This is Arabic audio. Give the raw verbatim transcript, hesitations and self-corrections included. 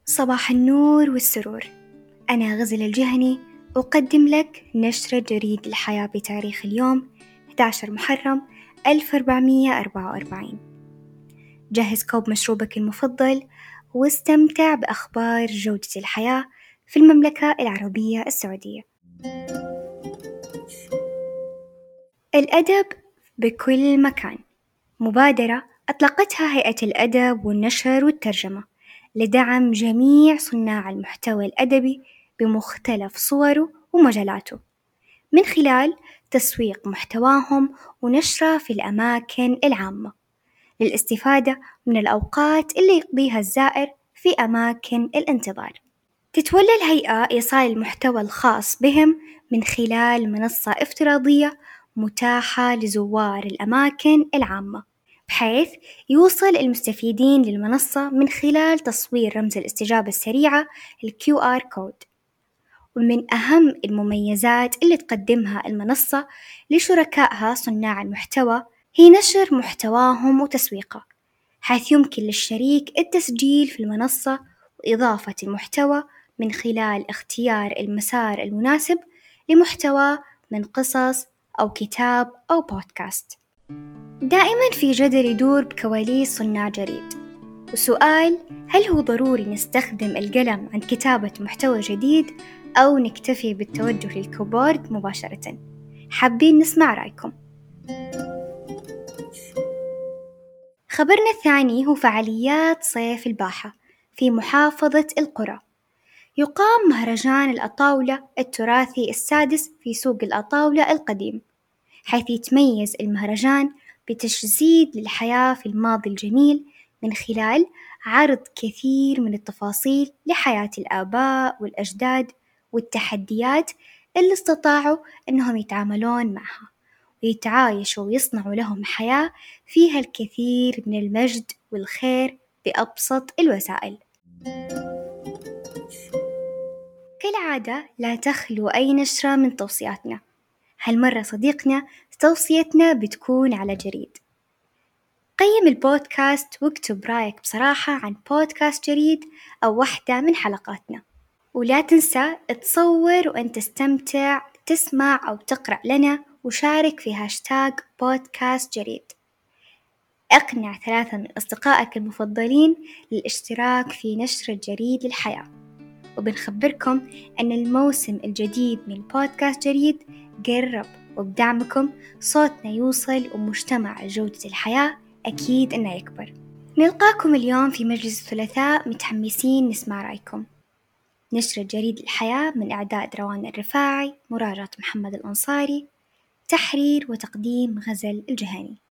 صباح النور والسرور. أنا غزل الجهني، أقدم لك نشرة جريد الحياة بتاريخ اليوم أحد عشر محرم ألف وأربعمية وأربعة وأربعين. جهز كوب مشروبك المفضل واستمتع بأخبار جودة الحياة في المملكة العربية السعودية. الأدب بكل مكان، مبادرة أطلقتها هيئة الأدب والنشر والترجمة لدعم جميع صناع المحتوى الأدبي بمختلف صوره ومجالاته، من خلال تسويق محتواهم ونشره في الأماكن العامة للاستفادة من الأوقات اللي يقضيها الزائر في أماكن الانتظار. تتولى الهيئة إيصال المحتوى الخاص بهم من خلال منصة افتراضية متاحة لزوار الأماكن العامة، بحيث يوصل المستفيدين للمنصة من خلال تصوير رمز الاستجابة السريعة ال كيو آر Code. ومن أهم المميزات اللي تقدمها المنصة لشركائها صناع المحتوى هي نشر محتواهم وتسويقه، حيث يمكن للشريك التسجيل في المنصة وإضافة المحتوى من خلال اختيار المسار المناسب لمحتوى من قصص أو كتاب أو بودكاست. دائما في جدل يدور بكواليس صناع جريد، وسؤال: هل هو ضروري نستخدم القلم عند كتابة محتوى جديد أو نكتفي بالتوجه للكيبورد مباشرة؟ حابين نسمع رأيكم. خبرنا الثاني هو فعاليات صيف الباحة في محافظة القرى. يقام مهرجان الأطاولة التراثي السادس في سوق الأطاولة القديم، حيث يتميز المهرجان بتجسيد للحياة في الماضي الجميل من خلال عرض كثير من التفاصيل لحياة الآباء والأجداد والتحديات اللي استطاعوا أنهم يتعاملون معها ويتعايشوا ويصنعوا لهم حياة فيها الكثير من المجد والخير بأبسط الوسائل. كالعادة لا تخلو أي نشرة من توصياتنا. هالمرة صديقنا توصيتنا بتكون على جريد. قيم البودكاست واكتب رأيك بصراحة عن بودكاست جريد أو واحدة من حلقاتنا، ولا تنسى تصور وأنت تستمتع تسمع أو تقرأ لنا، وشارك في هاشتاج بودكاست جريد. اقنع ثلاثة من أصدقائك المفضلين للاشتراك في نشر جريد للحياة. وبنخبركم أن الموسم الجديد من بودكاست جريد قرب، وبدعمكم صوتنا يوصل ومجتمع جودة الحياة أكيد أنه يكبر. نلقاكم اليوم في مجلس الثلاثاء متحمسين نسمع رأيكم. نشر جريد الحياة من إعداد روان الرفاعي، مراجعة محمد الأنصاري، تحرير وتقديم غزل الجهني.